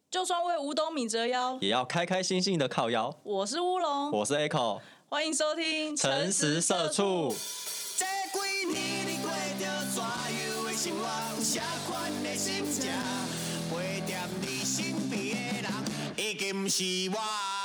就算为五斗米折腰， 也要开开心心的靠腰。 我是乌龙， 我是 Echo， 欢迎收听诚实社畜。 这几年你过着怎样的生活？有啥款的心情？陪在你身边的人，已经不是我。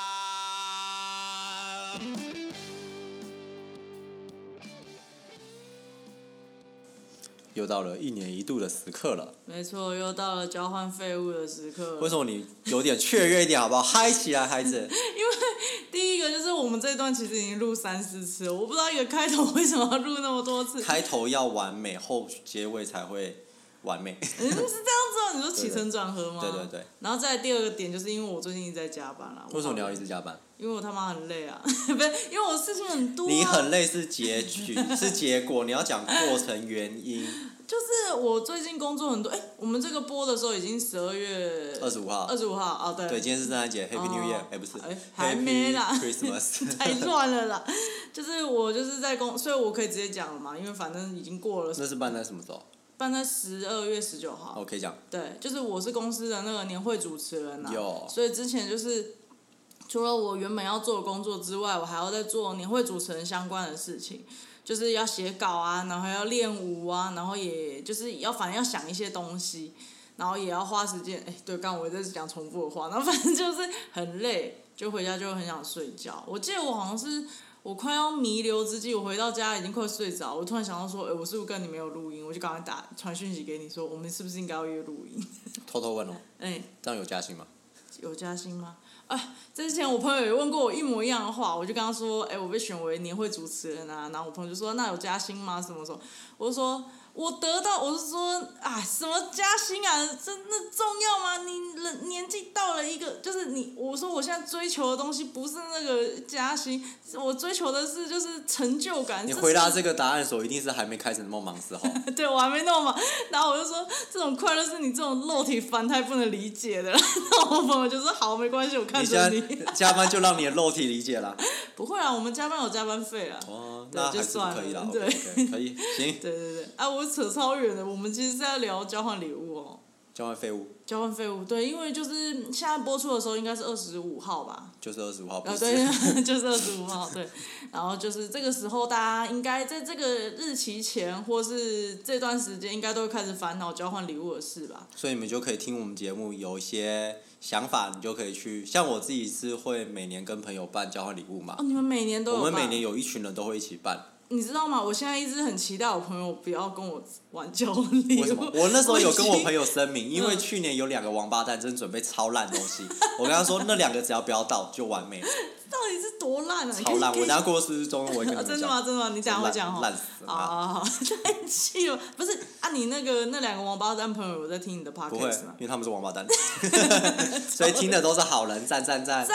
又到了一年一度的时刻了， 没错，又到了交换废物的时刻了。 为什么你有点雀跃一点好不好？嗨起来，孩子！ 第一个就是我们这段其实已经录3-4次了，我不知道一个开头为什么要录那么多次。 开头要完美，后结尾才会完美。 是这样子哦？你说起承转合吗？ 对对对。 然后再来第二个点，就是因为我最近一直在加班啦。 为什么你要一直加班？ 因为我他妈很累啊，不是，因为我事情很多、啊。 你很累是结局，是结果，你要讲过程原因。 就是我最近工作很多，我们这个播的时候已经12月 25号。 25号哦，对。 对，今天是圣诞节 ，Happy New Year，不是。 还没啦 Happy Christmas。 太乱了啦！就是我就是在所以我可以直接讲了嘛，因为反正已经过了。 那是办在什么时候？ 办在12月19号。 我可以讲。 对，就是我是公司的那个年会主持人有。 所以之前就是除了我原本要做的工作之外，我还要再做年会主持人相关的事情。就是要写稿啊，然后要练舞啊，然后也就是反正要想一些东西，然后也要花时间。对，刚我在讲重复的话，然后反正就是很累，就回家就很想睡觉。我记得我好像是我快要弥留之际，我回到家已经快睡着，我突然想到说，我是不是跟你没有录音？我就赶快传讯息给你说，我们是不是应该要约录音？ 偷偷问哦。这样有加薪吗？ 有加薪吗？之前我朋友也问过我一模一样的话，我就跟他说，我被选为年会主持人啊，然后我朋友就说，那有加薪吗？什么什么？我就说，我是说，什么加薪啊？那重要吗？你年纪到了一个，就是我说我现在追求的东西不是那个加薪，我追求的是就是成就感。 你回答这个答案的时候，一定是还没开始那么忙时候。 对，我还没那么忙，然后我就说，这种快乐是你这种肉体凡胎不能理解的。然后我朋友就说，好，没关系，我看着你。 加班就让你的肉体理解啦。 不会啊，我们加班有加班费啦。 那还是可以啦。 对， okay, 可以，行。 对，我扯超远的，我们其实是在聊交换礼物哦。 交换废物。 交换废物，对，因为就是现在播出的时候应该是25号吧。 就是25号，不是。 对，就是25号，对。然后就是这个时候，大家应该在这个日期前，或是这段时间，应该都会开始烦恼交换礼物的事吧。 所以你们就可以听我们节目，有一些想法，你就可以去。像我自己是会每年跟朋友办交换礼物嘛。 你们每年都有办？ 我们每年有一群人都会一起办。 你知道吗？我现在一直很期待我朋友不要跟我玩交换礼物。 为什么？我那时候有跟我朋友声明，因为去年有2个王八蛋真准备超烂东西，我跟他说那2个只要不要到就完美了。 到底是多烂啊？ 超烂！我等下过世中我会跟你们讲。 真的吗？真的吗？你等下会讲烂死了。 好，太气了！不是你那2个王八蛋朋友有在听你的 podcast 吗？ 不会，因为他们是王八蛋，所以听的都是好人，赞。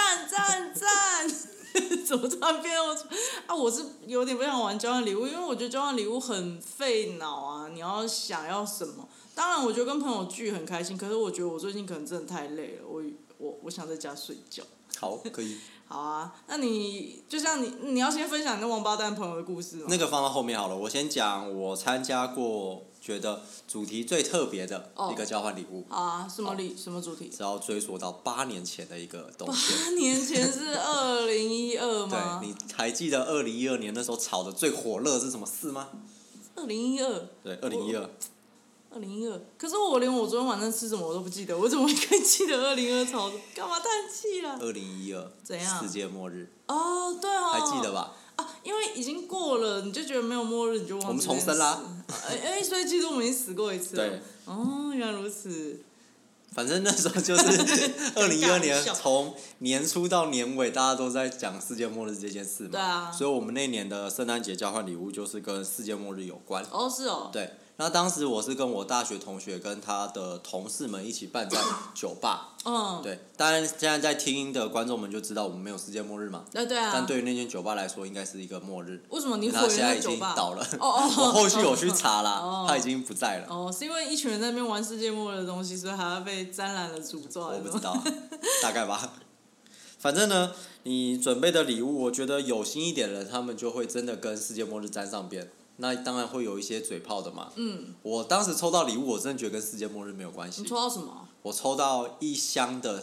怎么突然变我是有点不想玩交换礼物，因为我觉得交换礼物很费脑啊！你要想要什么？当然，我觉得跟朋友聚很开心，可是我觉得我最近可能真的太累了，我想在家睡觉。 好，可以。 好啊，那你就像你要先分享你那王八蛋朋友的故事吗？ 那个放到后面好了，我先讲我参加过觉得主题最特别的一个交换礼物。 什么主题？ 只要追溯到8年前的一个东西。 8年前是2012吗？ 对，你还记得2012年那时候炒的最火热是什么事吗 ？2012。对 ，2012。 2012，可是我连我昨天晚上吃什么我都不记得，我怎么可以记得2012炒的？干嘛叹气了 ？2012。 怎样？ 世界末日。 对哦。 还记得吧？ 因为已经过了，你就觉得没有末日，你就忘记。 我们重生啦。 所以其实我们已经死过一次了。 对。 原来如此。 反正那时候就是2012年，从年初到年尾，大家都在讲世界末日这件事嘛。 对啊。 所以我们那年的圣诞节交换礼物就是跟世界末日有关。 是哦。 对。那当时我是跟我大学同学跟他的同事们一起办在酒吧。对，当然现在在听的观众们就知道我们没有世界末日嘛。 对啊。 但对于那间酒吧来说，应该是一个末日。 为什么你毁了那酒吧？他现在已经倒了。我后续有去查啦，他已经不在了。 是因为一群人在那边玩世界末日的东西，所以还要被沾染了诅咒。 我不知道，大概吧。反正呢，你准备的礼物，我觉得有心一点的人，他们就会真的跟世界末日沾上边。那当然会有一些嘴炮的嘛。我当时抽到礼物，我真的觉得跟世界末日没有关系。 你抽到什么？ 我抽到一箱的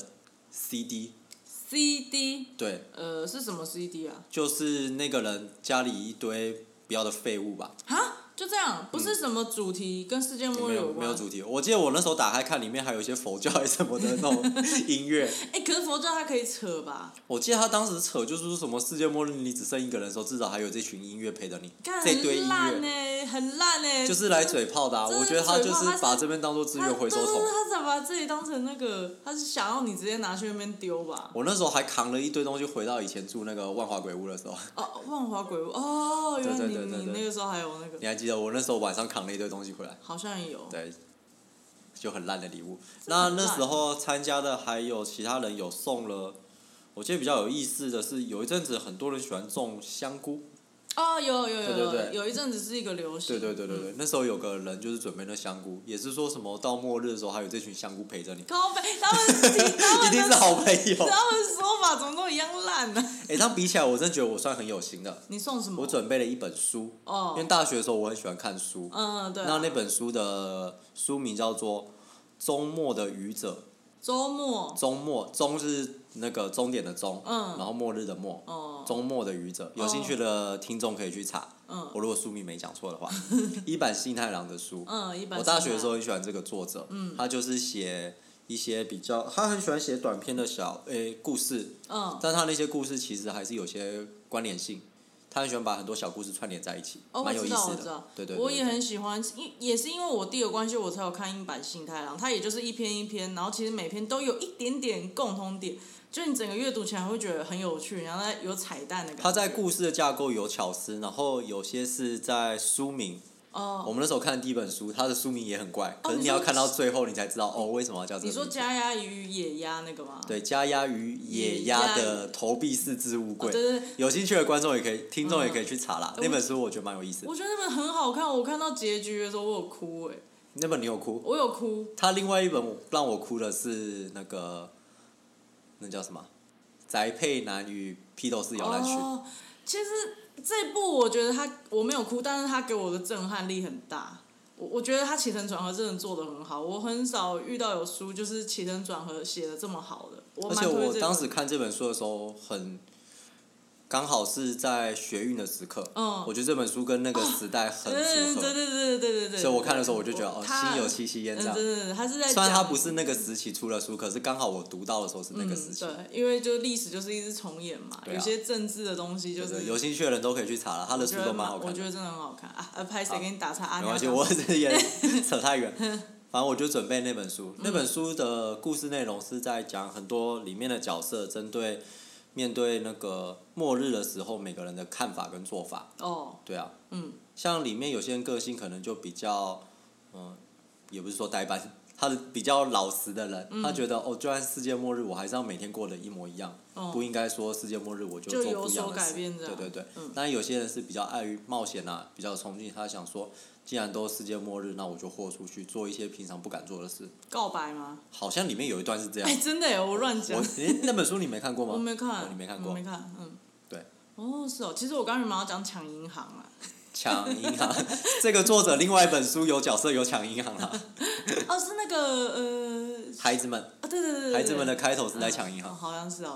CD。对。 是什么 CD 啊？ 就是那个人家里一堆不要的废物吧。 哈？就这样，不是什么主题跟世界末日有关？ 没有主题。我记得我那时候打开看，里面还有一些佛教还是什么的那种音乐。 可是佛教它可以扯吧？ 我记得他当时扯就是说什么世界末日你只剩一个人的时候，至少还有这群音乐陪着你。这堆音乐很烂欸。 就是来嘴炮的啊！我觉得他就是把这边当做资源回收桶。 他才把自己当成那个，他是想要你直接拿去那边丢吧？ 我那时候还扛了一堆东西回到以前住那个万华鬼屋的时候。 万华鬼屋原来你那个时候还有那个。 你还记得我那时候晚上扛了一堆东西回来？ 好像有。 对。就很烂的礼物。那时候参加的还有其他人有送了，我记得比较有意思的是，有一阵子很多人喜欢种香菇。有一阵子是一个流行。 对，那时候有个人就是准备那香菇，也是说什么到末日的时候还有这群香菇陪着你。 靠北，他们一定是好朋友。 他们说法怎么都一样烂呢？ 这样比起来，我真的觉得我算很有心的。 你送什么？ 我准备了一本书。因为大学的时候我很喜欢看书。 对。 那本书的书名叫做《周末的愚者》。周末，终是那个终点的终，然后末日的末，周末的愚者，有兴趣的听众可以去查。我如果书名没讲错的话，一版幸太郎的书。我大学的时候很喜欢这个作者，他就是写一些比较，他很喜欢写短篇的故事，但他那些故事其实还是有些关联性。他很喜欢把很多小故事串联在一起，蛮有意思的。对。 我也很喜欢，也是因为我弟的关系，我才有看英版幸太郎。他也就是一篇一篇，然后其实每篇都有一点点共通点，就你整个阅读起来会觉得很有趣，然后有彩蛋的感觉。 他在故事的架构有巧思，然后有些是在书名。我们那时候看的第一本书，它的书名也很怪，可是你要看到最后，你才知道为什么要叫这个名字。 你说家鸭与野鸭那个吗？ 对，家鸭与野鸭的投币式置物柜。 对。 有兴趣的观众也可以，听众也可以去查啦。那本书我觉得蛮有意思的。 我觉得那本很好看，我看到结局的时候我有哭那本你有哭？ 我有哭。 他另外一本让我哭的是那叫什么？宅配男与披头士摇篮曲。 其实这部我觉得我没有哭，但是他给我的震撼力很大。我觉得他起承转合真的做得很好，我很少遇到有书就是起承转合写得这么好的。 而且我当时看这本书的时候刚好是在学运的时刻，我觉得这本书跟那个时代很符合。 对。 所以我看的时候我就觉得心有戚戚焉这样。 他是在虽然他不是那个时期出的书，可是刚好我读到的时候是那个时期。 对，因为就历史就是一直重演嘛，有些政治的东西就是。 有兴趣的人都可以去查了，他的书都蛮好看的。 我觉得真的很好看啊！拍谁给你打岔？ 没关系，我也扯太远。反正我就准备那本书，那本书的故事内容是在讲很多里面的角色针对。面对那个末日的时候，每个人的看法跟做法。对啊。像里面有些人个性可能就比较，也不是说呆板，他是比较老实的人，他觉得就算世界末日，我还是要每天过得一模一样，不应该说世界末日我就做不一样的事。 就有所改变这样。 对。但有些人是比较爱于冒险啊，比较有冲劲，他想说，既然都世界末日，那我就豁出去做一些平常不敢做的事。 告白吗？ 好像里面有一段是这样。 真的耶，我乱讲。 那本书你没看过吗？ 我没看。 你没看过？ 我没看。 对。 是哦，其实我刚原本要讲抢银行啊。 抢银行，这个作者另外一本书有角色有抢银行啦。 是那个孩子们。 对。 孩子们的开头是在抢银行。 好像是。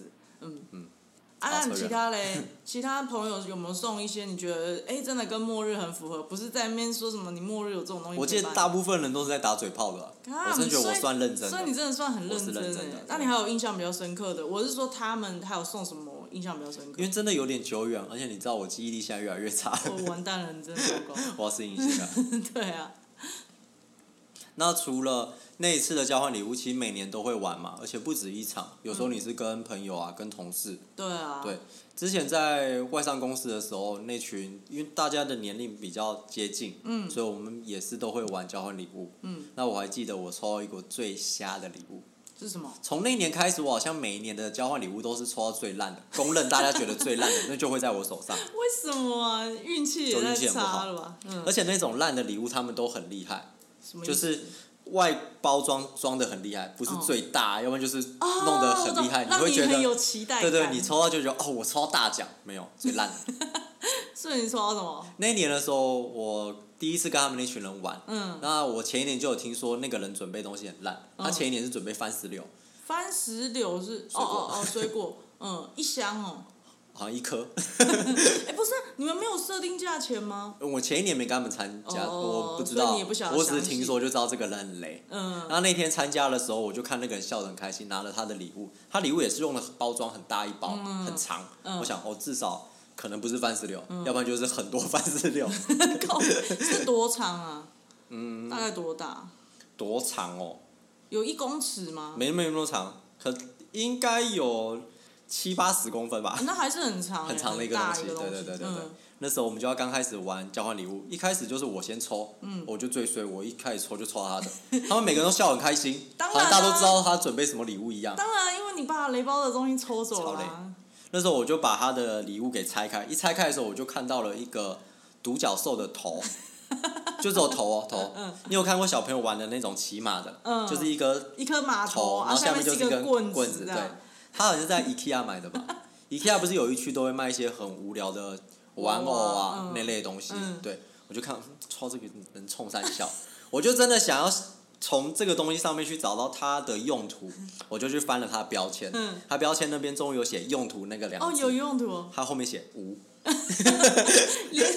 那其他嘞？其他朋友有没有送一些你觉得真的跟末日很符合？不是在那边说什么你末日有这种东西？ 我记得大部分人都是在打嘴炮的。我真觉得我算认真的。 所以你真的算很认真的。那你还有印象比较深刻的？我是说他们还有送什么印象比较深刻？ 因为真的有点久远，而且你知道我记忆力现在越来越差。 完蛋了，你真的糟糕。 我要适应一下。 对啊。 那除了那一次的交换礼物，其实每年都会玩嘛，而且不止一场。有时候你是跟朋友啊，跟同事。 对啊。 对，之前在外商公司的时候，那群因为大家的年龄比较接近，所以我们也是都会玩交换礼物。那我还记得我抽到一个最瞎的礼物。 是什么？ 从那一年开始，我好像每一年的交换礼物都是抽到最烂的，公认大家觉得最烂的，那就会在我手上。 为什么啊？运气也太差了吧？ 而且那种烂的礼物，他们都很厉害。就是外包装的很厉害，不是最大，要不然就是弄得很厉害，你会觉得很有期待感。 对，你抽到就觉得我抽到大奖，没有最烂的。 所以你抽到什么？ 那一年的时候，我第一次跟他们那群人玩。那我前一年就有听说那个人准备东西很烂，他前一年是准备番石榴。 番石榴是水果，一箱哦。 好像1颗。 不是，你们没有设定价钱吗？ 我前一年没跟他们参加，我不知道，我只是听说就知道这个人很雷。然后那天参加的时候，我就看那个人笑得很开心，拿了他的礼物，他礼物也是用的包装很大一包，很长。我想至少可能不是番石榴，要不然就是很多番石榴。 是多长啊？大概多大？ 多长哦？ 有1公尺吗？ 没那么长，可应该有70-80公分吧。 那还是很长。 很长的一个东西，对。那时候我们就要刚开始玩交换礼物，一开始就是我先抽，我就最衰，我一开始抽就抽他的，他们每个人都笑很开心，好像大家都知道他准备什么礼物一样。 当然，因为你把雷包的东西抽走了。 那时候我就把他的礼物给拆开，一拆开的时候我就看到了一个独角兽的头。就只有头。你有看过小朋友玩的那种骑马的？就是一颗马头， 然后下面就是一根棍子。对，他好像是在 IKEA 买的吧？IKEA 不是有一区都会卖一些很无聊的玩偶啊那类的东西？对，我就看抽这个能冲三小，我就真的想要从这个东西上面去找到它的用途，我就去翻了它的标签。它标签那边终于有写用途那个2字。 有用途。 它后面写无。 连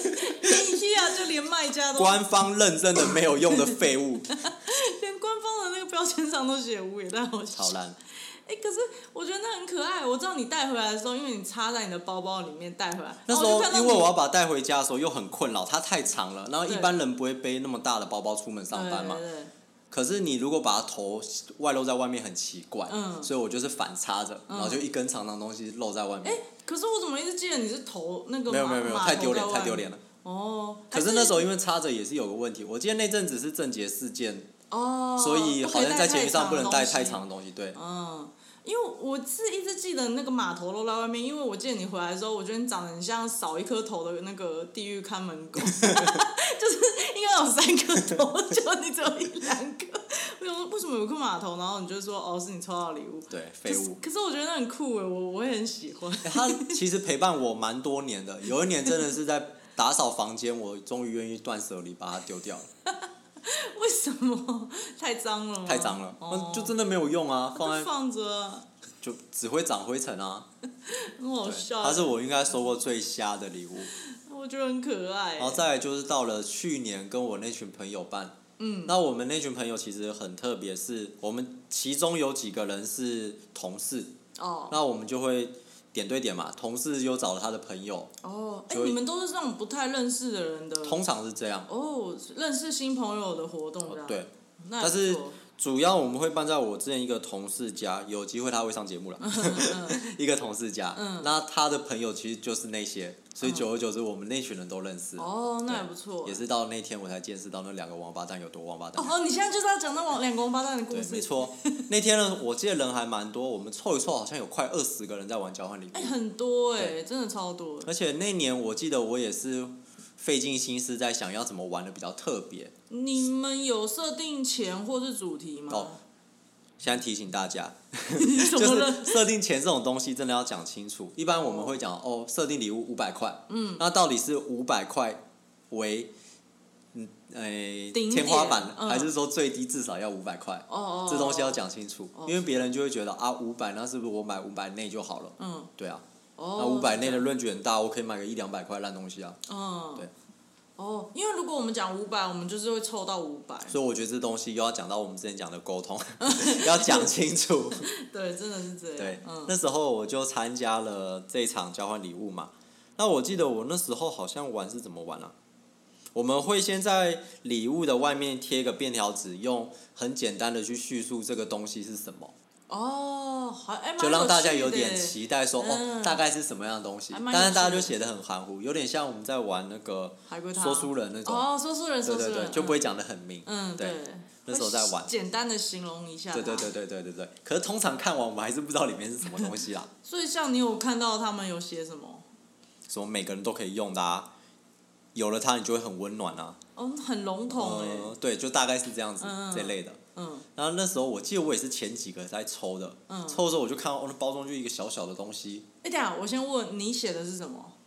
IKEA 就连卖家都官方认证的没有用的废物。 连官方的那个标签上都写无，也太好笑。 超烂。 可是我觉得那很可爱。我知道你带回来的时候，因为你插在你的包包里面带回来。 那时候因为我要把它带回家的时候又很困扰，它太长了，然后一般人不会背那么大的包包出门上班嘛。 对。 可是你如果把它头外露在外面很奇怪，所以我就是反插着，然后就一根长长东西露在外面。 可是我怎么一直记得你是头那个？ 没有，太丢脸了。可是那时候因为插着也是有个问题，我记得那阵子是郑捷事件，所以好像在捷运上不能带太长的东西，对。 因为我是一直记得那个码头露在外面，因为我记得你回来的时候，我觉得你长得很像少一颗头的那个地狱看门狗，就是应该有3颗头，就你只有1-2颗。我想说为什么有颗码头，然后你就说是你抽到礼物。 对，废物。 可是我觉得那很酷哎，我也很喜欢。 他其实陪伴我蛮多年的，有一年真的是在打扫房间，我终于愿意断舍离把它丢掉了。 为什么？太脏了吗？ 太脏了，就真的没有用啊， 放着就只会长灰尘啊。 很好笑。 它是我应该收过最瞎的礼物。 我觉得很可爱。 然后再来就是到了去年跟我那群朋友办，那我们那群朋友其实很特别，是我们其中有几个人是同事，那我们就会点对点嘛，同事又找了他的朋友。 你们都是这种不太认识的人的？ 通常是这样。 认识新朋友的活动这样。 对，但是主要我们会办在我之前一个同事家，有机会他会上节目了。一个同事家，那他的朋友其实就是那些，所以久而久之我们那群人都认识。 那也不错。 也是到那天我才见识到那2个王八蛋有多王八蛋。 你现在就是要讲那2个王八蛋的故事。 对，没错。那天呢，我记得人还蛮多，我们凑一凑好像有快20个人在玩交换礼物。 很多真的超多。 而且那年我记得我也是费尽心思在想要怎么玩的比较特别。 你们有设定钱或是主题吗？ 现在提醒大家，就是设定钱这种东西真的要讲清楚。一般我们会讲设定礼物500块，那到底是500块为天花板，还是说最低至少要500块？这东西要讲清楚，因为别人就会觉得500，那是不是我买500内就好了？对啊，那500内的论据很大，我可以买个100-200块烂东西啊。对。 因为如果我们讲500，我们就是会凑到500。 所以我觉得这东西又要讲到我们之前讲的沟通，要讲清楚。 对，真的是这样。 对，那时候我就参加了这场交换礼物嘛。那我记得我那时候好像玩是怎么玩啊？我们会先在礼物的外面贴个便条纸，用很简单的去叙述这个东西是什么。 就让大家有点期待说大概是什么样的东西，但是大家就写得很含糊，有点像我们在玩那个说书人那种。 说书人。 对，就不会讲得很明。对，那时候在玩。 简单的形容一下。 对。可是通常看完我们还是不知道里面是什么东西啦。 所以像你有看到他们有写什么？ 什么每个人都可以用的啊，有了它你就会很温暖啊。 很笼统对，就大概是这样子这类的。然后那时候我记得我也是前几个在抽的，抽的时候我就看到那包装就一个小小的东西。 等一下我先问你写的是什么？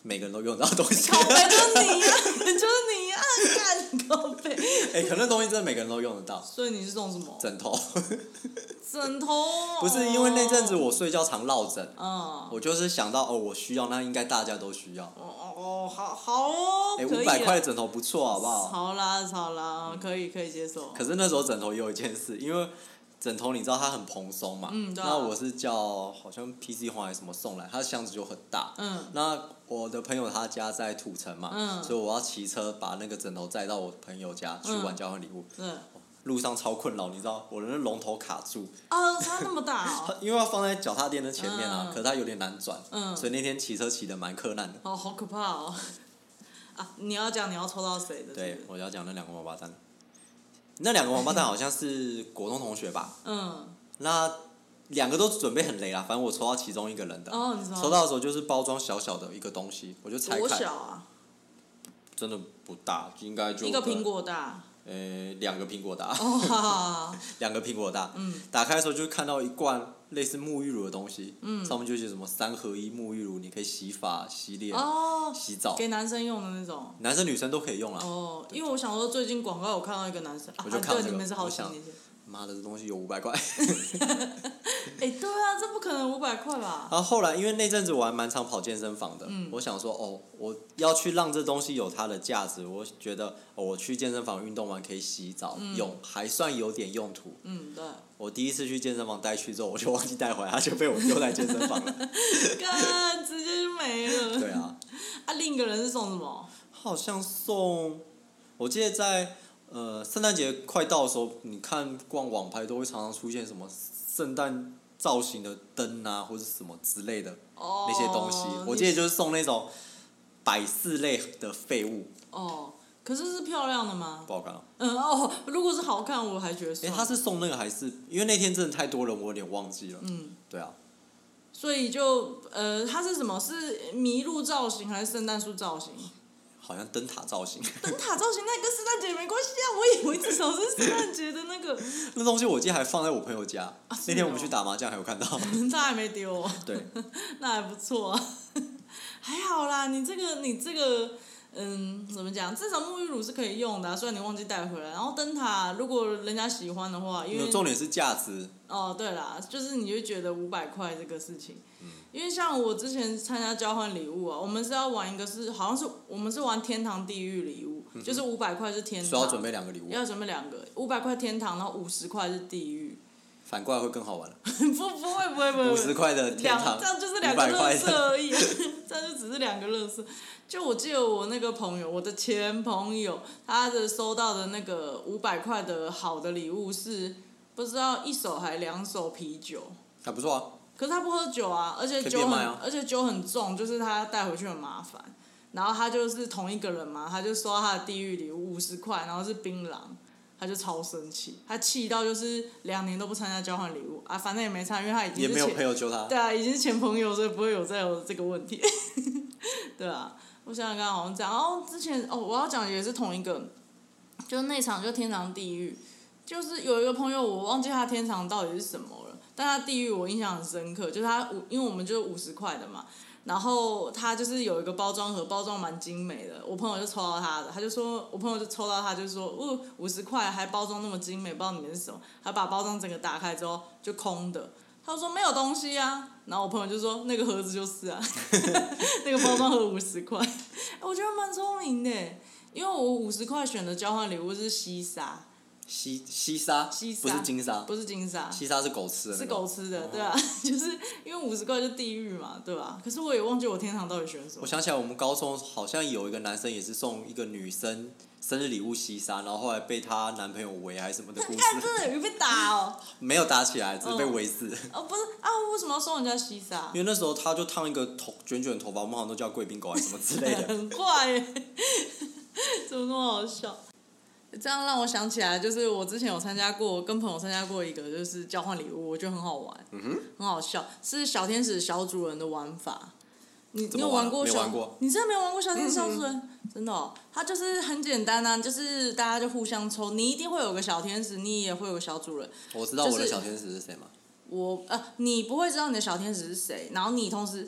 每个人都用得到的东西。 靠背就是你啊，就是你啊，干靠背。 可能东西真的每个人都用得到。 所以你是送什么？ 枕头。 枕头。 不是因为那阵子我睡觉常落枕，我就是想到我需要，那应该大家都需要。 好哦。 500块的枕头不错，好不好？ 好啦，可以接受。 可是那时候枕头也有一件事，因为枕头你知道它很蓬松嘛，那我是叫好像 PC 黄还是什么送来，它的箱子就很大，那我的朋友他家在土城嘛，所以我要骑车把那个枕头载到我朋友家去玩交换礼物，路上超困扰，你知道我的那龙头卡住， 它那么大哦， 因为要放在脚踏垫的前面啊，可是它有点难转，所以那天骑车骑得蛮困难的。 好可怕哦。你要讲你要抽到谁的？ 对，我要讲那2个王八蛋。那2个王八蛋好像是国中同学吧？那2个都准备很雷啦，反正我抽到其中一个人的。抽到的时候就是包装小小的一个东西，我就拆开。 多小啊？ 真的不大，应该就一个苹果大。 2个苹果大。2个苹果大。打开的时候就看到一罐类似沐浴乳的东西，上面就写什么3合1沐浴乳，你可以洗发、洗脸、洗澡， 给男生用的那种。 男生女生都可以用啦。 因为我想说最近广告有看到一个男生， 我就看这个， 你们是好几年前。 妈的，这东西有500块。 对啊，这不可能500块吧？ 然后后来因为那阵子我还蛮常跑健身房的，我想说我要去让这东西有它的价值，我觉得我去健身房运动完可以洗澡用，还算有点用途。 对。 我第一次去健身房带去之后，我就忘记带回来，它就被我丢在健身房了。 干，直接就没了。 对啊。 另一个人是送什么？ 好像送，我记得在圣诞节快到的时候，你看逛网拍都会常常出现什么圣诞造型的灯啊，或者什么之类的那些东西。我记得就是送那种摆饰类的废物。 可是是漂亮的吗？ 不好看如果是好看，我还觉得他是送那个还是因为那天真的太多人，我有点忘记了。对啊。 所以就它是什么？是麋鹿造型还是圣诞树造型？ 好像灯塔造型。 灯塔造型那跟圣诞节没关系啊，我以为至少是圣诞节的那个。 那东西我记得还放在我朋友家，那天我们去打麻将还有看到。 他还没丢。 对。 那还不错啊。还好啦，你这个。怎么讲？至少沐浴乳是可以用的，虽然你忘记带回来。然后灯塔，如果人家喜欢的话，因为重点是价值。 对啦，就是你就觉得500块这个事情，因为像我之前参加交换礼物啊，我们是要玩一个好像是我们是玩天堂地狱礼物，就是500块是天堂， 所以要准备2个礼物。 要准备2个，500块天堂，然后50块是地狱。 反过来会更好玩了。 不会。50 块的天堂， 这样就是2个垃圾而已，这样就只是2个垃圾。就我记得我那个朋友，我的前朋友，他收到的那个500块的好的礼物是不知道1手还2手啤酒， 还不错啊。 可是他不喝酒啊，而且酒很重，就是他带回去很麻烦。然后他就是同一个人嘛，他就收到他的地狱礼物50块，然后是槟榔。他就超生气，他气到就是2年都不参加交换礼物啊，反正也没参，因为他已经是也没有朋友救他。 对啊，已经是前朋友，所以不会再有这个问题。对啊，我想想看，好像这样。之前我要讲也是同一个，就是那场就天堂地狱，就是有一个朋友我忘记他天堂到底是什么了，但他地狱我印象很深刻，就是因为我们就50块的嘛。然后他就是有一个包装盒，包装蛮精美的。我朋友就抽到他的，他就说，我朋友就抽到他，就说，50块还包装那么精美，不知道里面是什么。他把包装整个打开之后就空的，他说没有东西啊。然后我朋友就说那个盒子就是啊，那个包装盒50块，我觉得蛮聪明的，因为我50块选的交换礼物是西沙。 西沙，不是金沙， 不是金沙， 西沙是狗吃的， 是狗吃的，对啊，就是因为50块就地狱嘛，对吧？可是我也忘记我天堂到底选什么。 我想起来，我们高中好像有一个男生也是送一个女生生日礼物西沙，然后后来被她男朋友围还是什么的故事。 真的有被打哦？ 没有打起来，只是被围死。 不是啊，为什么要送人家西沙？ 因为那时候他就烫一个卷卷头发，我们好像都叫贵宾狗还是什么之类的。 很怪耶，怎么那么好笑？这样让我想起来，就是我之前有跟朋友参加过一个，就是交换礼物，我觉得很好玩，很好笑，是小天使小主人的玩法。你有玩过？ 没玩过。 你真的没有玩过小天使小主人？真的它就是很简单啊，就是大家就互相抽，你一定会有个小天使，你也会有个小主人。 我知道我的小天使是谁吗？ 你不会知道你的小天使是谁，然后你同时，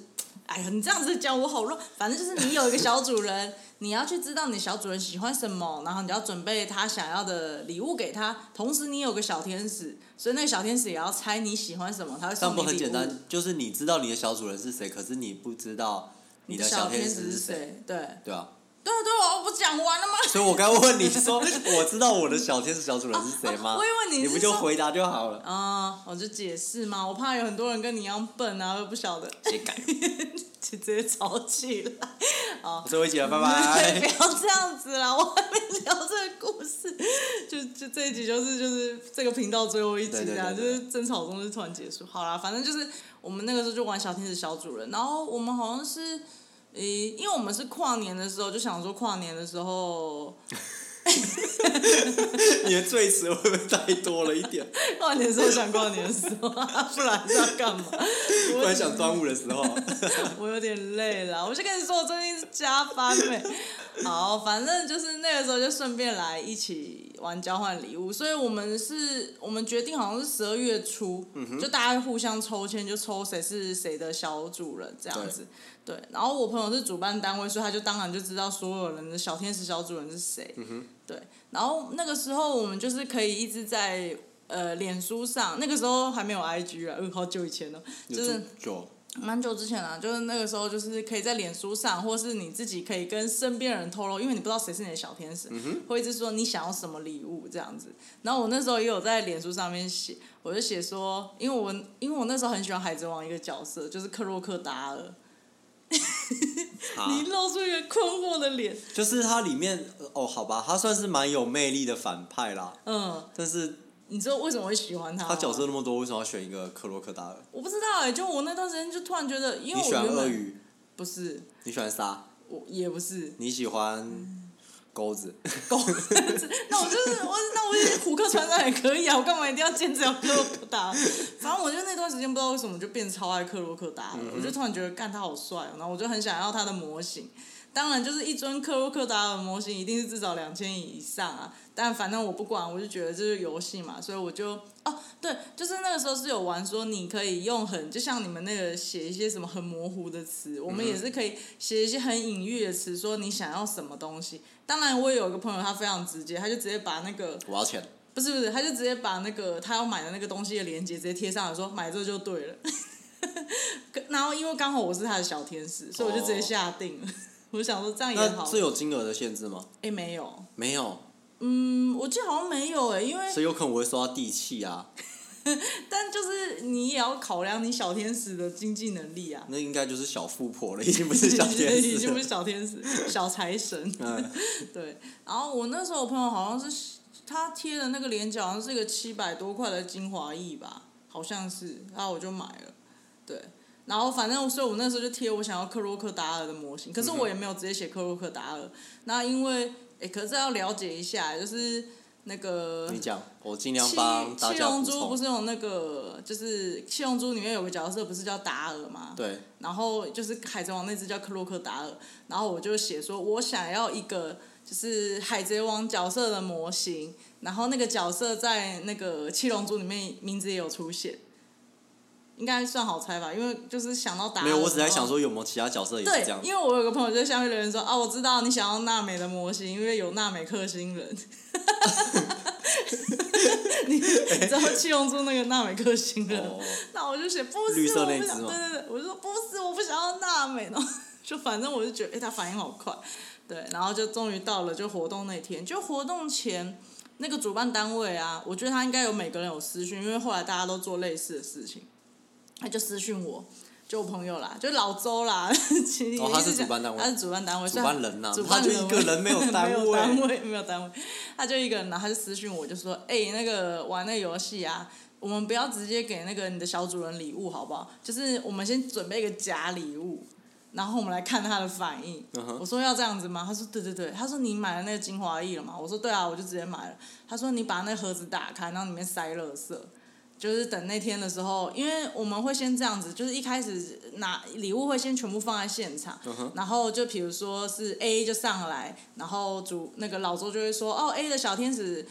哎呀，你这样子讲我好乱。反正就是你有一个小主人，你要去知道你小主人喜欢什么，然后你要准备他想要的礼物给他。同时你有个小天使，所以那个小天使也要猜你喜欢什么，他会送你礼物。 但不很简单，就是你知道你的小主人是谁，可是你不知道你的小天使是谁。 对。 对啊。 对啊，我不讲完了吗？ 所以我刚问你说，我知道我的小天使小主人是谁吗？ 我以为你不就回答就好了。 我就解释嘛，我怕有很多人跟你一样笨啊，都不晓得。 谁改？ 直接吵起来。好， 最后一集了，拜拜。 不要这样子啦，我还没聊这个故事。就这一集就是这个频道最后一集啊，就是争吵中就突然结束。好啦，反正就是我们那个时候就玩小天使小主人，然后我们好像是。因为我们是跨年的时候，就想说跨年的时候， 你的罪词会不会太多了一点？ 跨年的时候想跨年的时候，不然是要干嘛？ 不然想端午的时候。 我有点累了，我就跟你说，我最近是加班没。好，反正就是那个时候就顺便来一起玩交换礼物，所以我们决定好像是12月初，就大家互相抽签，就抽谁是谁的小主人这样子。对，然后我朋友是主办单位，所以他就当然就知道所有人的小天使小主人是谁。对，然后那个时候我们就是可以一直在脸书上，那个时候还没有 IG 啊，好久以前了，就是蛮久之前啦，就是那个时候就是可以在脸书上，或是你自己可以跟身边人透露，因为你不知道谁是你的小天使，会一直说你想要什么礼物这样子。然后我那时候也有在脸书上面写，我就写说，因为我那时候很喜欢海贼王一个角色，就是克洛克达尔。你露出一个困惑的脸。 就是他里面好吧，他算是蛮有魅力的反派啦。但是。 你知道为什么会喜欢他？ 他角色那么多，为什么要选一个克洛克达尔？ 我不知道就我那段时间就突然觉得，因为我你喜欢鳄鱼？ 不是。 你喜欢鲨？ 我也不是。 你喜欢钩子？ 钩子？那我虎克船长也可以啊，我干嘛一定要坚持要克洛克达尔？反正我就那段时间不知道为什么就变超爱克洛克达尔，我就突然觉得干他好帅，然后我就很想要他的模型。当然，就是一尊克洛克达尔模型一定是至少2000以上啊。但反正我不管，我就觉得这是游戏嘛，所以我就对，就是那个时候是有玩说你可以用就像你们那个写一些什么很模糊的词，我们也是可以写一些很隐喻的词，说你想要什么东西。当然，我也有一个朋友他非常直接，他就直接把那个我要钱。 不是，他就直接把那个他要买的那个东西的链接直接贴上来说买这就对了。然后因为刚好我是他的小天使，所以我就直接下定了。我想说这样也好。 那这有金额的限制吗？ 没有。 没有。 我记得好像没有因为。 所以有可能我会收到地契啊。 但就是你也要考量你小天使的经济能力啊。 那应该就是小富婆了，已经不是小天使。 已经不是小天使，小财神。对，然后我那时候我朋友好像是他贴的那个链接好像是一个700多块的精华液吧，好像是，然后我就买了。对。然后反正，所以我那时候就贴我想要克洛克达尔的模型，可是我也没有直接写克洛克达尔。那因为，可是要了解一下，就是那个。你讲，我尽量帮大家补充。 七龙珠不是有那个，就是七龙珠里面有个角色不是叫达尔吗？ 对。 然后就是海贼王那只叫克洛克达尔，然后我就写说我想要一个就是海贼王角色的模型，然后那个角色在那个七龙珠里面名字也有出现。应该算好猜吧，因为就是想到达尔。 没有，我只在想说有没有其他角色也是这样。 对，因为我有个朋友就在下面留言说我知道你想要娜美的模型，因为有娜美克星人。你知道七龙珠那个娜美克星人？那我就写不是， 绿色那只吗？ 对，我就说不是，我不想要娜美，然后就反正我就觉得他反应好快，对，然后就终于到了就活动那天，就活动前那个主办单位啊，我觉得他应该有每个人有私讯，因为后来大家都做类似的事情。他就私讯我，就我朋友啦，就老周啦。 他是主办单位。 他是主办单位。 主办人呐，他就一个人没有单位。 没有单位，他就一个人，然后他就私讯我，就说：“那个玩那个游戏啊，我们不要直接给那个你的小主人礼物，好不好？就是我们先准备一个假礼物，然后我们来看他的反应。”我说：“要这样子吗？”他说：“对。”他说：“你买了那个精华液了吗？”我说：“对啊，我就直接买了。”他说：“你把那盒子打开，然后里面塞垃圾。”就是等那天的时候，因为我们会先这样子，就是一开始拿礼物会先全部放在现场，然后就比如说是 A 就上来，然后那个老周就会说A 的小天使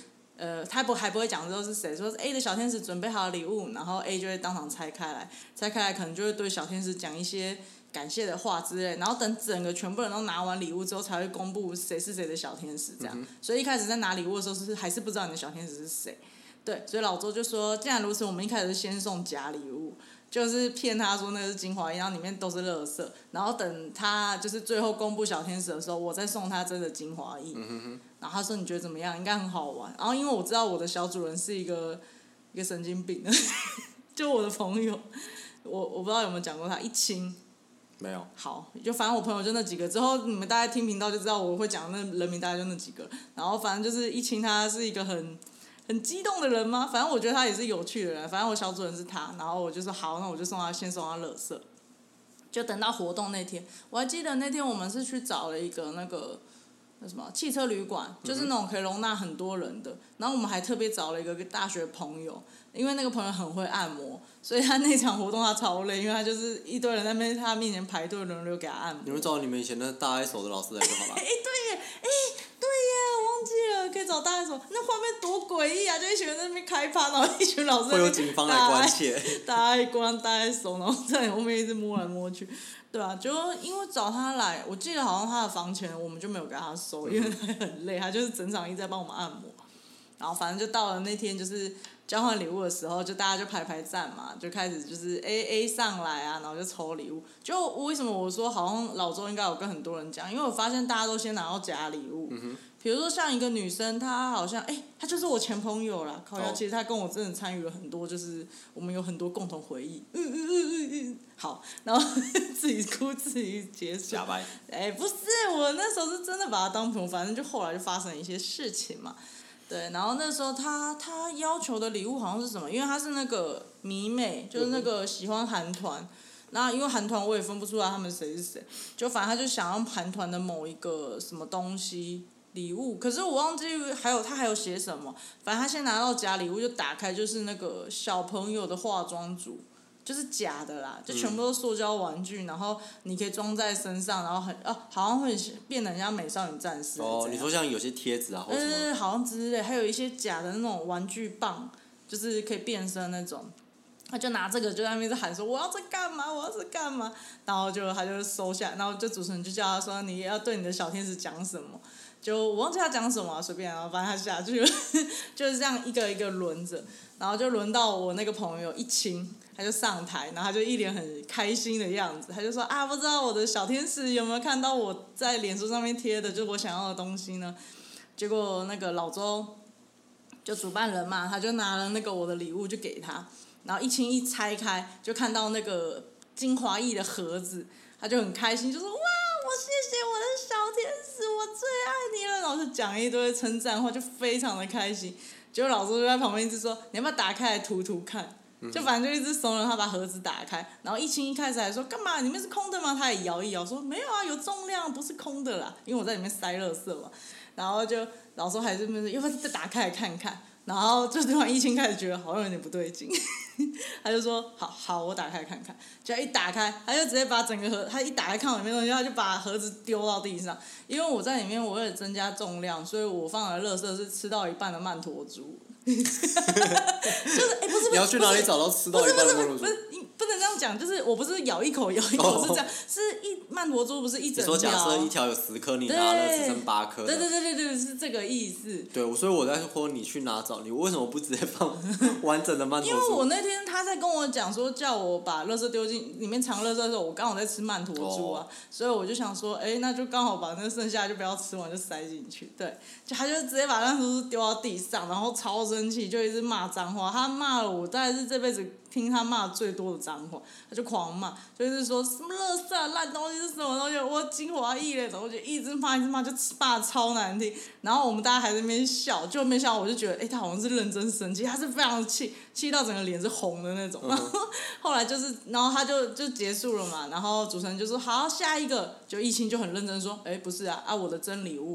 他还不会讲之后是谁，说是 A 的小天使准备好礼物，然后 A 就会当场拆开来可能就会对小天使讲一些感谢的话之类，然后等整个全部人都拿完礼物之后，才会公布谁是谁的小天使这样。所以一开始在拿礼物的时候还是不知道你的小天使是谁。对，所以老周就说，既然如此，我们一开始是先送假礼物。就是骗他说那个是精华液，然后里面都是垃圾，然后等他就是最后公布小天使的时候，我再送他真的精华液。然后他说你觉得怎么样？应该很好玩。然后因为我知道我的小主人是一个神经病，就我的朋友，我不知道有没有讲过他一清。 没有。 好，就反正我朋友就那几个，之后你们大概听频道就知道我会讲那人名大概就那几个。然后反正就是一清他是一个很激动的人吗？反正我觉得他也是有趣的人。反正我小主人是他，然后我就说好，那我就先送他垃圾。就等到活动那天，我还记得那天我们是去找了一个那什么汽车旅馆，就是那种可以容纳很多人的。然后我们还特别找了一个大学朋友，因为那个朋友很会按摩，所以他那场活动他超累，因为他就是一堆人在他面前排队轮流给他按摩。 你们找你们以前的大一手的老师来就好了。 对耶，我忘记了，可以找大一手，那画面多诡异啊！就一群人在那边开趴，然后一群老师会有警方来关切。 大一关大一手，然后在你后面一直摸来摸去。对啊，就因为找他来，我记得好像他的房钱我们就没有给他收，因为他很累，他就是整场一直在帮我们按摩。然后反正就到了那天就是交换礼物的时候，就大家就排站嘛，就开始就是 A 上来啊，然后就抽礼物。就为什么我说好像老周应该有跟很多人讲，因为我发现大家都先拿到假礼物。比如说像一个女生，她好像她就是我前朋友啦，其实她跟我真的参与了很多，就是我们有很多共同回忆。好，然后自己哭自己结束。 假掰。 不是，我那时候是真的把她当朋友，反正就后来就发生了一些事情嘛。对，然后那时候他要求的礼物好像是什么？因为他是那个迷妹，就是那个喜欢韩团。那因为韩团我也分不出来他们谁是谁，就反正他就想要韩团的某一个什么东西礼物，可是我忘记他还有写什么。反正他先拿到假礼物就打开，就是那个小朋友的化妆组。就是假的啦，就全部都是塑胶玩具，然后你可以装在身上，然后好像会变得很像美少女战士。 你说像有些贴纸啊，或什么？ 好像之类，还有一些假的那种玩具棒，就是可以变身那种。他就拿这个就在那边喊说我要这干嘛，我要这干嘛，然后他就收下，然后就主持人就叫他说你要对你的小天使讲什么。就我忘记他讲什么，随便，然后反正他下去了，就是这样一个一个轮着，然后就轮到我那个朋友一亲，他就上台，然后他就一脸很开心的样子，他就说不知道我的小天使有没有看到我在脸书上面贴的，就是我想要的东西呢？结果那个老周就主办人嘛，他就拿了那个我的礼物就给他，然后一亲一拆开，就看到那个精华液的盒子，他就很开心，就说哇！谢谢我的小天使，我最爱你了。然后就讲一堆称赞话，就非常的开心。结果老周就在旁边一直说：“你要不要打开来涂涂看？”就反正就一直怂恿他把盒子打开。然后一清一开始还说：“干嘛？里面是空的吗？”他也摇一摇说：“没有啊，有重量，不是空的啦。”因为我在里面塞垃圾嘛。然后就老周还是说：“要不要再打开来看看？”然后就突然一清开始觉得好像有点不对劲，他就说好，我打开看看。就一打开，他就直接把整个盒，他一打开看到里面东西，他就把盒子丢到地上。因为我在里面，我为了增加重量，所以我放的垃圾是吃到一半的曼陀珠。就是不是你要去哪里找到吃到一半的曼陀珠？ 不能这样讲，就是我不是咬一口是这样，是曼陀珠不是一整条。 你说假设一条有10颗，你拿了只剩8颗。 对，是这个意思。 对，所以我在说你去哪找，你为什么不直接放完整的曼陀珠？ 因为我那天他在跟我讲说叫我把垃圾丢进里面藏垃圾的时候，我刚好在吃曼陀珠啊，所以我就想说，那就刚好把那剩下就不要吃完就塞进去。对，他就直接把曼陀珠丢到地上，然后超生气，就一直骂脏话。他骂了我大概是这辈子听他骂最多的脏话，他就狂骂，就是说什么垃圾烂东西是什么东西，我精华液嘞，然后就一直骂，就骂得超难听。然后我们大家还在那边笑，就没想到我就觉得，他好像是认真生气，他是非常气到整个脸是红的那种。然后后来然后他就结束了嘛，然后主持人就说好，下一个，就一清就很认真说，不是啊，我的真礼物嘞。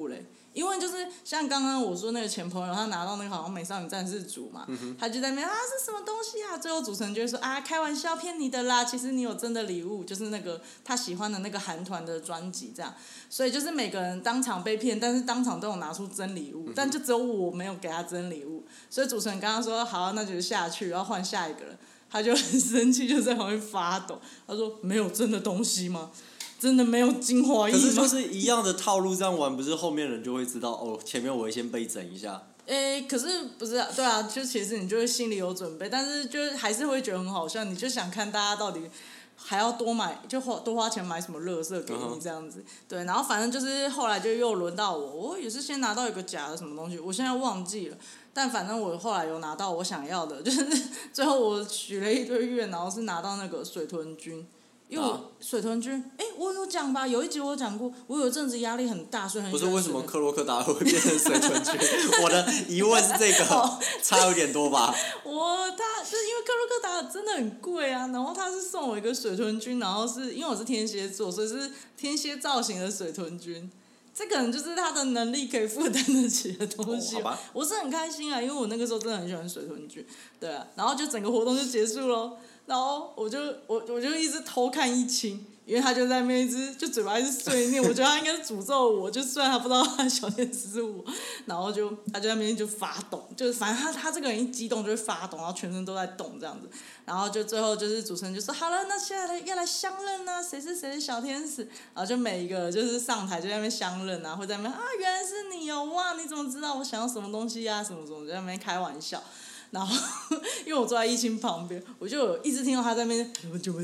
因为就是像刚刚我说那个前朋友，他拿到那个好像美少女战士组嘛，他就在那边是什么东西啊？最后主持人就会说开玩笑骗你的啦，其实你有真的礼物，就是那个他喜欢的那个韩团的专辑这样。所以就是每个人当场被骗，但是当场都有拿出真礼物，但就只有我没有给他真礼物。所以主持人刚刚说好，那就下去，然后换下一个人，他就很生气，就在旁边发抖。他说没有真的东西吗？真的没有精华液吗？ 可是就是一样的套路，这样玩不是后面人就会知道前面我会先被整一下。 可是不是对啊，就其实你就会心里有准备，但是就是还是会觉得很好笑，你就想看大家到底还要多买，就多花钱买什么垃圾给你这样子。对，然后反正就是后来就又轮到我也是先拿到一个假的什么东西，我现在忘记了。但反正我后来有拿到我想要的，就是最后我许了一堆愿，然后是拿到那个水豚君。因为水豚君，我有讲吧？有一集我有讲过，我有一阵子压力很大，所以很喜欢。 不是为什么克洛克达尔会变成水豚君？我的疑问是这个，差有点多吧？ 他就是因为克洛克达尔真的很贵啊，然后他是送我一个水豚君，然后是因为我是天蝎座，所以是天蝎造型的水豚君。这可能就是他的能力可以负担得起的东西。我是很开心啊，因为我那个时候真的很喜欢水豚君，对啊，然后就整个活动就结束咯。然后我就一直偷看一清，因为他就在那边一直就嘴巴一直碎念，我觉得他应该是诅咒我，就虽然他不知道他的小天使是我，然后他就在那边就发抖，就是反正他这个人一激动就会发抖，然后全身都在动这样子，然后就最后就是主持人就说好了，那现在要来相认啊，谁是谁的小天使，然后就每一个就是上台就在那边相认啊，会在那边原来是你哦，哇你怎么知道我想要什么东西啊，什么什么，就在那边开玩笑。然后，因为我坐在一清旁边，我就有一直听到他在那边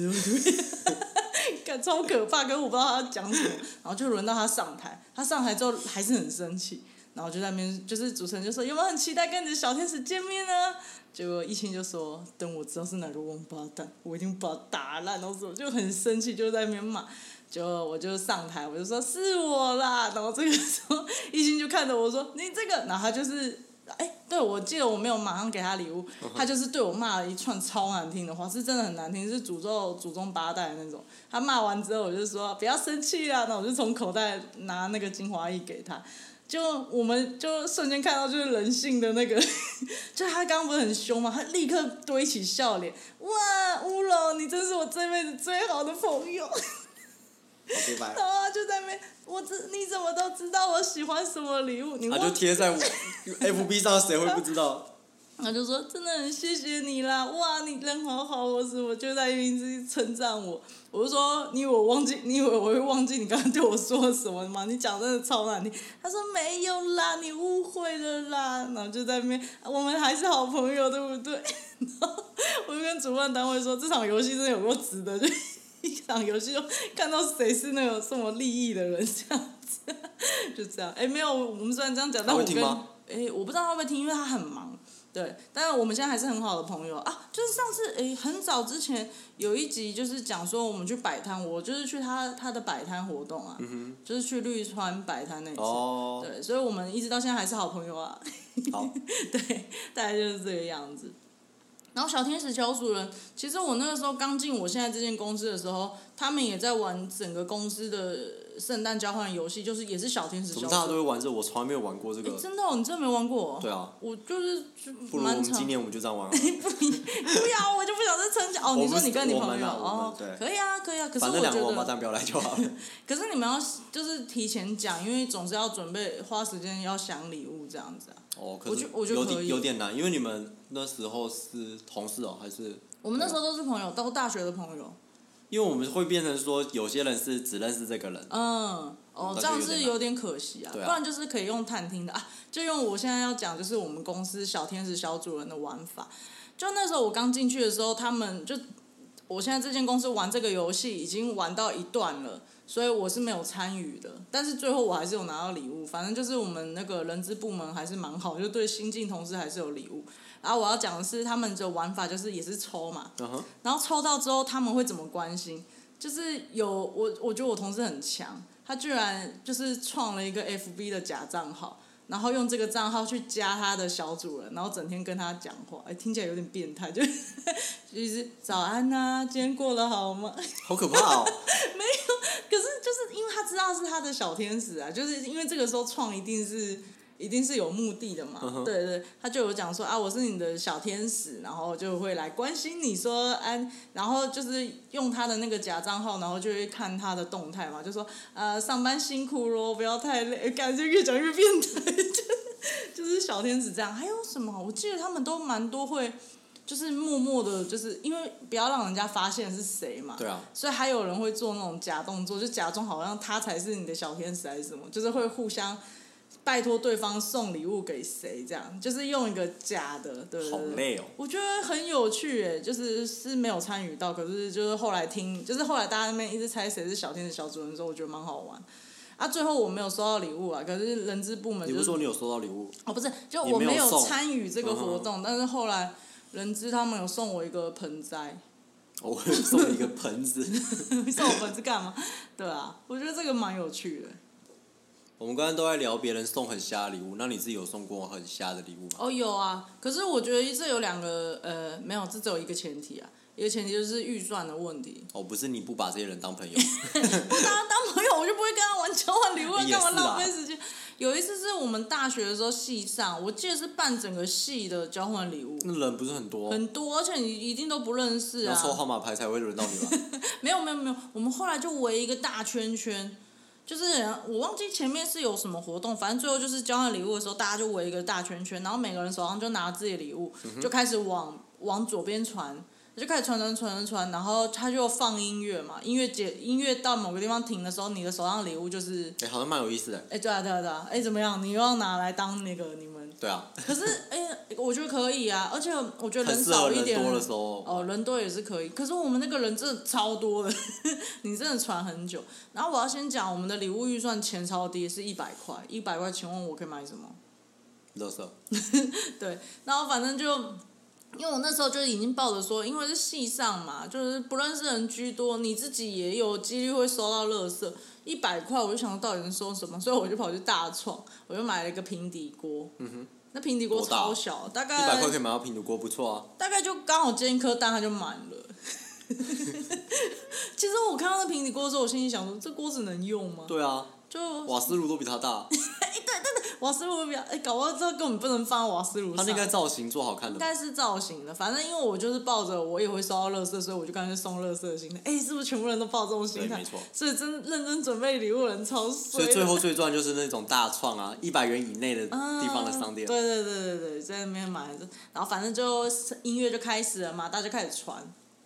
感超可怕，可是我不知道他要讲什么。然后就轮到他上台，他上台之后还是很生气，然后就在那边，就是主持人就说有没有很期待跟你的小天使见面呢？结果一清就说等我知道是哪个王八蛋，我一定把他打烂，然后什么就很生气，就在那边骂。就我就上台，我就说是我啦，然后这个时候一清就看着我说你这个，然后他就是。对，我记得我没有马上给他礼物，他就是对我骂了一串超难听的话，是真的很难听，是诅咒祖宗八代的那种。他骂完之后，我就说不要生气啊，那我就从口袋拿那个精华液给他，我们就瞬间看到就是人性的那个，就他刚刚不是很凶嘛，他立刻堆起笑脸，哇，乌龙，你真是我这辈子最好的朋友。然后他就在那边，你怎么都知道我喜欢什么礼物？ 他就贴在FB 上，谁会不知道？ 他就说真的很谢谢你啦，哇，你人好好，我就在一直称赞我。我就说你以为我会忘记你刚刚对我说了什么吗？你讲真的超难听。他说没有啦，你误会了啦。然后就在那边，我们还是好朋友，对不对？然后我就跟主办单位说，这场游戏真的有够值得，就一场游戏就看到谁是那种这么利益的人这样子，就这样。没有，我们虽然这样讲，但我不知道他会不会听，因为他很忙。对，但是我们现在还是很好的朋友啊。就是上次很早之前有一集就是讲说我们去摆摊，我就是去他的摆摊活动啊，就是去绿川摆摊那次。对，所以我们一直到现在还是好朋友啊。 好。 对，大概就是这个样子。然后小天使小主人，其实我那个时候刚进我现在这间公司的时候，他们也在玩整个公司的圣诞交换游戏，就是也是小天使小主人。 怎么大家都会玩这？我从来没有玩过这个。 真的你真的没玩过？ 对啊。 我就是不如我们今年我们就这样玩。 不要，我就不想再参加。你说你跟你朋友可以啊，可以啊。可是我觉得反正两个王八蛋不要来就好了。 可是你们要就是提前讲，因为总是要准备花时间要想礼物这样子啊。 可是有点难，因为你们那时候是同事还是？ 我们那时候都是朋友，都大学的朋友。 因为我们会变成说，有些人是只认识这个人。 这样是有点可惜啊。不然就是可以用探听的啊，就用我现在要讲，就是我们公司小天使小主人的玩法。就那时候我刚进去的时候，他们我现在这间公司玩这个游戏已经玩到一段了。所以我是没有参与的，但是最后我还是有拿到礼物。反正就是我们那个人资部门还是蛮好，就对新进同事还是有礼物。然后我要讲的是他们的玩法就是也是抽嘛，然后抽到之后他们会怎么关心？就是我觉得我同事很强，他居然就是创了一个 FB 的假账号。然后用这个账号去加他的小主人，然后整天跟他讲话，听起来有点变态，就是早安啊，今天过得好吗？ 好可怕哦！ 没有，可可是就是因为他知道是他的小天使啊，就是因为这个时候创一定是有目的的嘛，对对，他就有讲说啊，我是你的小天使，然后就会来关心你说然后就是用他的那个假账号，然后就会看他的动态嘛，就说上班辛苦咯，不要太累，感觉越讲越变态，就是小天使这样。还有什么？我记得他们都蛮多会。就是默默的，就是因为不要让人家发现是谁嘛， 对啊， 所以还有人会做那种假动作，就假装好像他才是你的小天使还是什么，就是会互相拜托对方送礼物给谁，这样就是用一个假的，对。 好累哦。 我觉得很有趣耶，就是没有参与到，可是就是后来就是后来大家那边一直猜谁是小天使小主人的时候，我觉得蛮好玩。最后我没有收到礼物啊，可是人资部门你不是说你有收到礼物？ 不是，就我没有参与这个活动，但是后来。人资他们有送我一个盆栽， 我送你一个盆子， 送我盆子干嘛？对啊，我觉得这个蛮有趣的。 我们刚刚都在聊别人送很瞎的礼物，那你自己有送过很瞎的礼物吗？ 有啊，可是我觉得这有两个没有，这只有一个前提啊，一个前提就是预算的问题。 不是你不把这些人当朋友， 不当朋友我就不会跟他玩交换礼物，干嘛浪费时间？有一次是我们大学的时候系上，我记得是办整个系的交换礼物。 那人不是很多？ 很多，而且你一定都不认识啊。 要抽号码牌才会轮到你吧？ 没有，我们后来就围一个大圈圈，就是我忘记前面是有什么活动，反正最后就是交换礼物的时候，大家就围一个大圈圈，然后每个人手上就拿自己的礼物，就开始往左边传。就开始传，然后他就放音乐嘛，音乐到某个地方停的时候，你的手上的礼物就是。 好像蛮有意思的。 对啊，怎么样？你又要拿来当那个你们？ 对啊。 可是我觉得可以啊，而且我觉得人少一点。 人多的时候。 人多也是可以，可是我们那个人真的超多的，你真的传很久。然后我要先讲我们的礼物预算前超低，是100块，100块，请问我可以买什么？ 垃圾。 对，然后反正就。因为我那时候就已经抱着说，因为是系上嘛，就是不认识人居多，你自己也有几率会收到垃圾。100块，我就想到底能收什么，所以我就跑去大创，我就买了一个平底锅。那平底锅超小，大概 100块可以买到平底锅，不错啊。 大概就刚好煎一颗蛋，它就满了。其实我看到那平底锅的时候，我心里想说，这锅子能用吗？ 对啊。 就瓦斯炉都比它大。 对，瓦斯炉比较搞不好这根本不能放在瓦斯炉上。 它应该造型做好看的。 应该是造型的，反正因为我就是抱着我也会收到垃圾，所以我就干脆送垃圾的心态。是不是全部人都抱这种心态？ 对，没错。 所以认真准备礼物的人超衰。 所以最后最赚就是那种大创啊，100元以内的地方的商店。 对，在那边买，然后反正就音乐就开始了嘛，大家就开始传，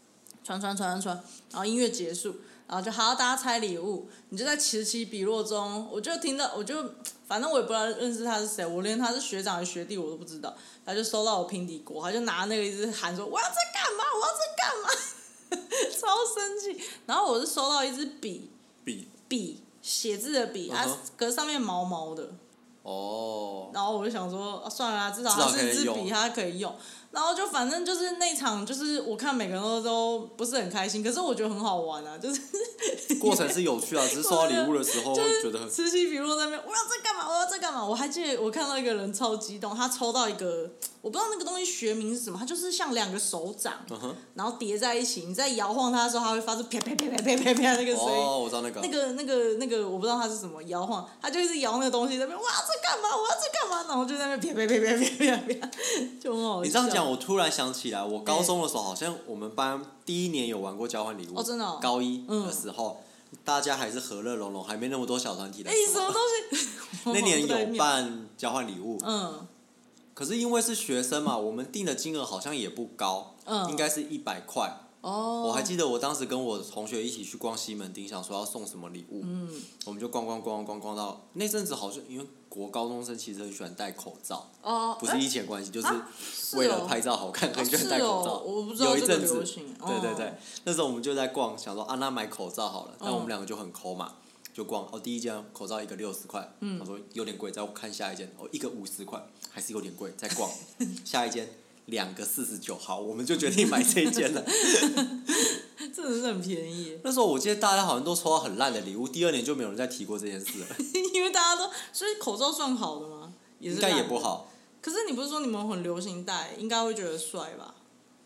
然后音乐结束。然后就好，大家拆礼物，你就在此起彼落中，我就反正我也不知道认识他是谁，我连他是学长还是学弟我都不知道，他就收到我平底锅，他就拿那个一直喊说我要这干嘛，超生气。然后我是收到一支笔，写字的笔，可是上面毛毛的。然后我就想说，算了啦，至少它是一支笔，它可以用。然后就反正就是那场，就是我看每个人都不是很开心，可是我觉得很好玩啊，就是过程是有趣啊，只是收到礼物的时候觉得此起彼落在那边，我要这干嘛？我还记得我看到一个人超激动，他抽到一个我不知道那个东西学名是什么，它就是像2个手掌，然后叠在一起，你在摇晃它的时候，它会发出啪啪啪啪啪啪啪那个声音。 我知道那个我不知道它是什么摇晃，它就一直摇那个东西在那边，我要这干嘛？然后就在那边啪啪啪啪啪啪，就很好笑。 你这样讲，我突然想起来，我高中的时候好像我们班第1年有玩过交换礼物。 真的哦。 高1的时候，大家还是和乐融融，还没那么多小团体的。 什么东西？ 那年有办交换礼物。可是因为是学生嘛，我们定的金额好像也不高，应该是100块。我还记得我当时跟我同学一起去逛西门町，想说要送什么礼物，我们就逛到那阵子好像因为高中生其实很喜欢戴口罩，不是疫情关系，就是为了拍照好看，很喜欢戴口罩。 我不知道这个流行。 对，那时候我们就在逛，想说那买口罩好了，但我们2个就很抠嘛。就逛第一件口罩一个60块，我说有点贵，再看下一件一个50块，还是有点贵，再逛下一件2个49，好，我们就决定买这一件了。 真的是很便宜。 那时候我记得大家好像都抽到很烂的礼物，第2年就没有人再提过这件事了。 因为大家都，所以口罩算好的吗？ 应该也不好。 可是你不是说你们很流行戴，应该会觉得帅吧？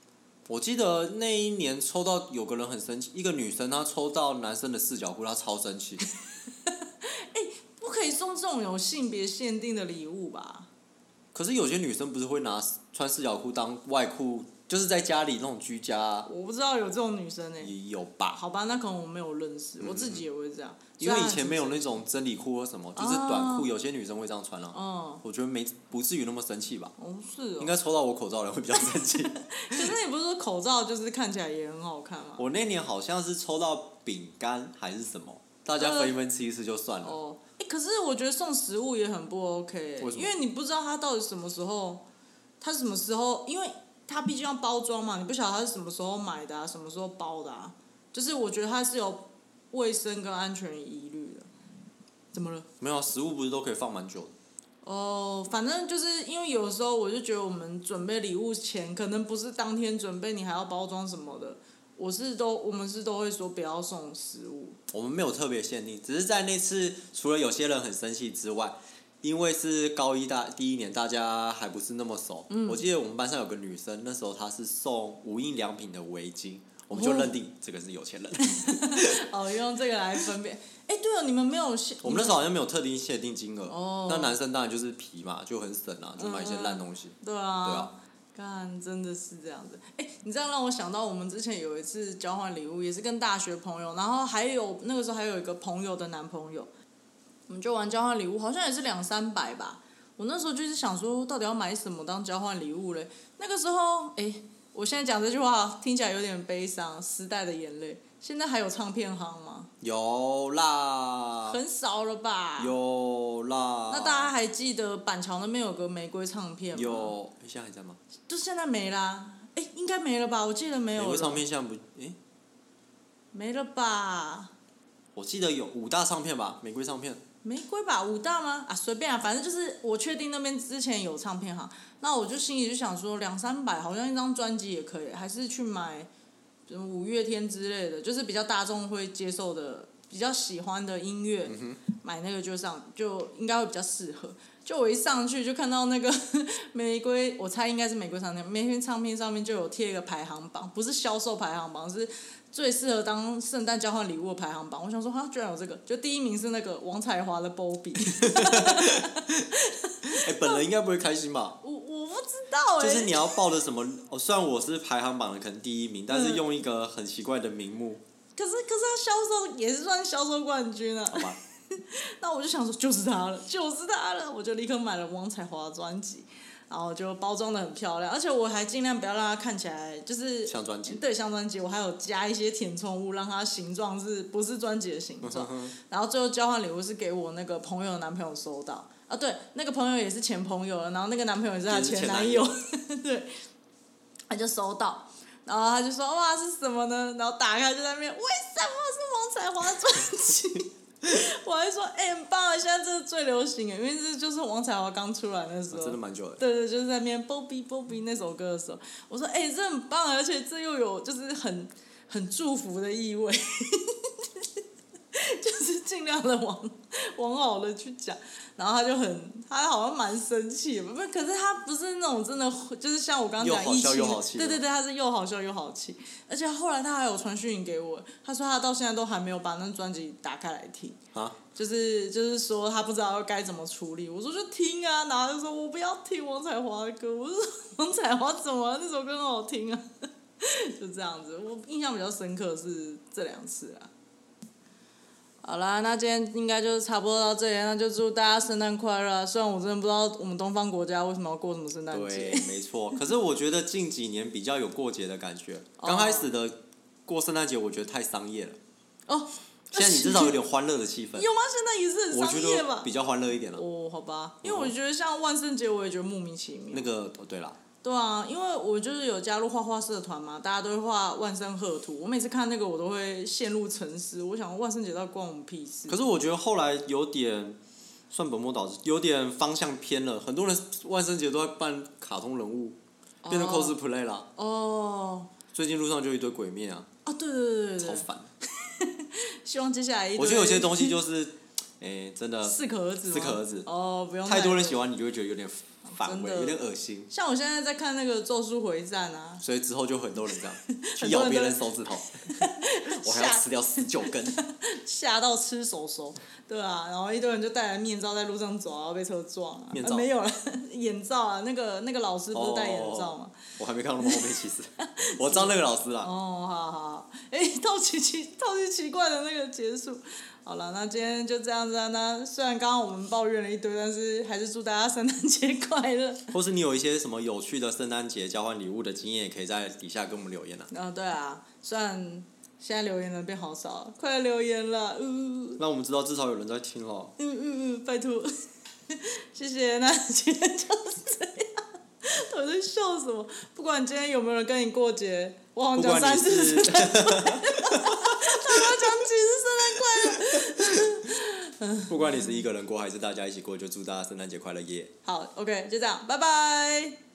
我记得那一年抽到有个人很生气，一个女生她抽到男生的四角裤，她超生气。 不可以送这种有性别限定的礼物吧？ 可是有些女生不是会拿穿四角裤当外裤，就是在家里那种居家。 我不知道有这种女生也有吧？ 好吧，那可能我没有认识，我自己也会这样。 因为以前没有那种真理裤或什么，就是短裤，有些女生会这样穿我觉得不至于那么生气吧？ 是哦。 应该抽到我口罩的人会比较生气。 可是你不是说口罩就是看起来也很好看吗？ 我那年好像是抽到饼干还是什么，大家分一分吃一吃就算了。 可是我觉得送食物也很不 OK， 为什么？ 因为你不知道它到底什么时候，因为它毕竟要包装嘛，你不晓得它是什么时候买的什么时候包的就是我觉得它是有卫生跟安全疑虑的。怎么了？ 没有食物不是都可以放蛮久的。 反正就是因为有时候我就觉得我们准备礼物前，可能不是当天准备，你还要包装什么的。我们是都会说不要送食物。 我们没有特别限定，只是在那次除了有些人很生气之外，因为是高一第一年，大家还不是那么熟。我记得我们班上有个女生，那时候她是送无印良品的围巾，我们就认定这个是有钱人。 用这个来分辨。对了，你们没有我们那时候好像没有特定限定金额。那男生当然就是皮嘛，就很省就买一些烂东西。 对啊。看，真的是这样子。你这样让我想到，我们之前有一次交换礼物，也是跟大学朋友，然后那个时候还有一个朋友的男朋友，我们就玩交换礼物，好像也是200-300吧。我那时候就是想说，到底要买什么当交换礼物嘞？那个时候，我现在讲这句话听起来有点悲伤，时代的眼泪。现在还有唱片行吗？ 有啦。 很少了吧？ 有啦。 那大家还记得板桥那边有个玫瑰唱片吗？ 有，现在还在吗？ 就现在没啦。应该没了吧？我记得没有了。 玫瑰唱片现在不， 没了吧？ 我记得有5大唱片吧，玫瑰唱片。 玫瑰吧，5大吗？随便反正就是我确定那边之前有唱片行，那我就心里就想说200-300好像一张专辑也可以，还是去买什么5月天之类的，就是比较大众会接受的、比较喜欢的音乐，买那个就应该会比较适合。就我一上去就看到那个玫瑰，我猜应该是玫瑰唱片，玫瑰唱片上面就有贴一个排行榜，不是销售排行榜，是最适合当圣诞交换礼物的排行榜。我想说，居然有这个，就第1名是那个王彩华的 Bobby。 本人应该不会开心吧？ 我不知道就是你要报的什么？虽然我是排行榜的可能第1名，但是用一个很奇怪的名目。 可是他销售也是算销售冠军啊。 好吧。 那我就想说，就是他了，我就立刻买了王彩华的专辑，然后就包装的很漂亮，而且我还尽量不要让它看起来就是像专辑。 对，像专辑，我还有加一些填充物，让它形状不是专辑的形状。然后最后交换礼物是给我那个朋友的男朋友收到。对，那个朋友也是前朋友了，然后那个男朋友也是他前男友。对，他就收到，然后他就说哇是什么呢？然后打开就在那边，为什么是王彩华的专辑？我还说很棒，现在这是最流行的，因为这就是王彩华刚出来那时候。 真的蛮久的。 对，就是在那边 Bobby 那首歌的时候，我说这很棒，而且这又有就是很祝福的意味。就是尽量的往好的去讲，然后他好像蛮生气的，可是他不是那种真的，就是像我刚刚讲义气，对，他是又好笑又好气，而且后来他还有传讯给我，他说他到现在都还没有把那专辑打开来听，就是说他不知道该怎么处理，我说就听啊，然后他就说我不要听王彩华的歌，我说王彩华怎么了？那首歌很好听啊，就这样子，我印象比较深刻是这2次啊。好啦，那今天应该就差不多到这里，那就祝大家圣诞快乐。虽然我真的不知道我们东方国家为什么要过什么圣诞节。 对，没错。可是我觉得近几年比较有过节的感觉。刚开始的过圣诞节，我觉得太商业了。现在你至少有点欢乐的气氛。 有吗？现在也是很商业吧？ 我觉得比较欢乐一点了。 好吧，因为我觉得像万圣节，我也觉得莫名其妙。 那个，对啦。 对啊，因为我就是有加入画画社团嘛，大家都会画万圣贺图。我每次看那个，我都会陷入沉思。我想万圣节到底关我们屁事？ 可是我觉得后来有点算本末倒置，有点方向偏了。很多人万圣节都在扮卡通人物，变成 cosplay 啦。最近路上就一堆鬼面啊。 对。 超烦。 希望接下来我觉得有些东西就是，真的。 适可而止。 适可而止。 不用。 太多人喜欢你就会觉得有点反胃，有点恶心。 像我现在在看那个《咒术回战》啊， 所以之后就很多人这样去咬别人手指头，我还要吃掉19根， 吓到吃手手，对啊，然后一堆人就戴着面罩在路上走，然后被车撞啊。 面罩没有了，眼罩啊，那个老师不是戴眼罩吗？ 我还没看到那么后面，其实我知道那个老师啦。 哦，好，超级奇怪的那个结束。好了，那今天就这样子啊。那虽然刚刚我们抱怨了一堆，但是还是祝大家圣诞节快乐。 或是你有一些什么有趣的圣诞节交换礼物的经验，也可以在底下跟我们留言啊。 对啊，虽然现在留言人变好少了，快来留言了。 让我们知道至少有人在听了。 拜托，谢谢。那今天就是这样。我在笑什么？不管今天有没有人跟你过节，我好像讲3次圣诞快乐。他讲几次圣诞快乐？ 不管你是一个人过还是大家一起过，就祝大家圣诞节快乐耶！ 好 ，OK，就这样，拜拜。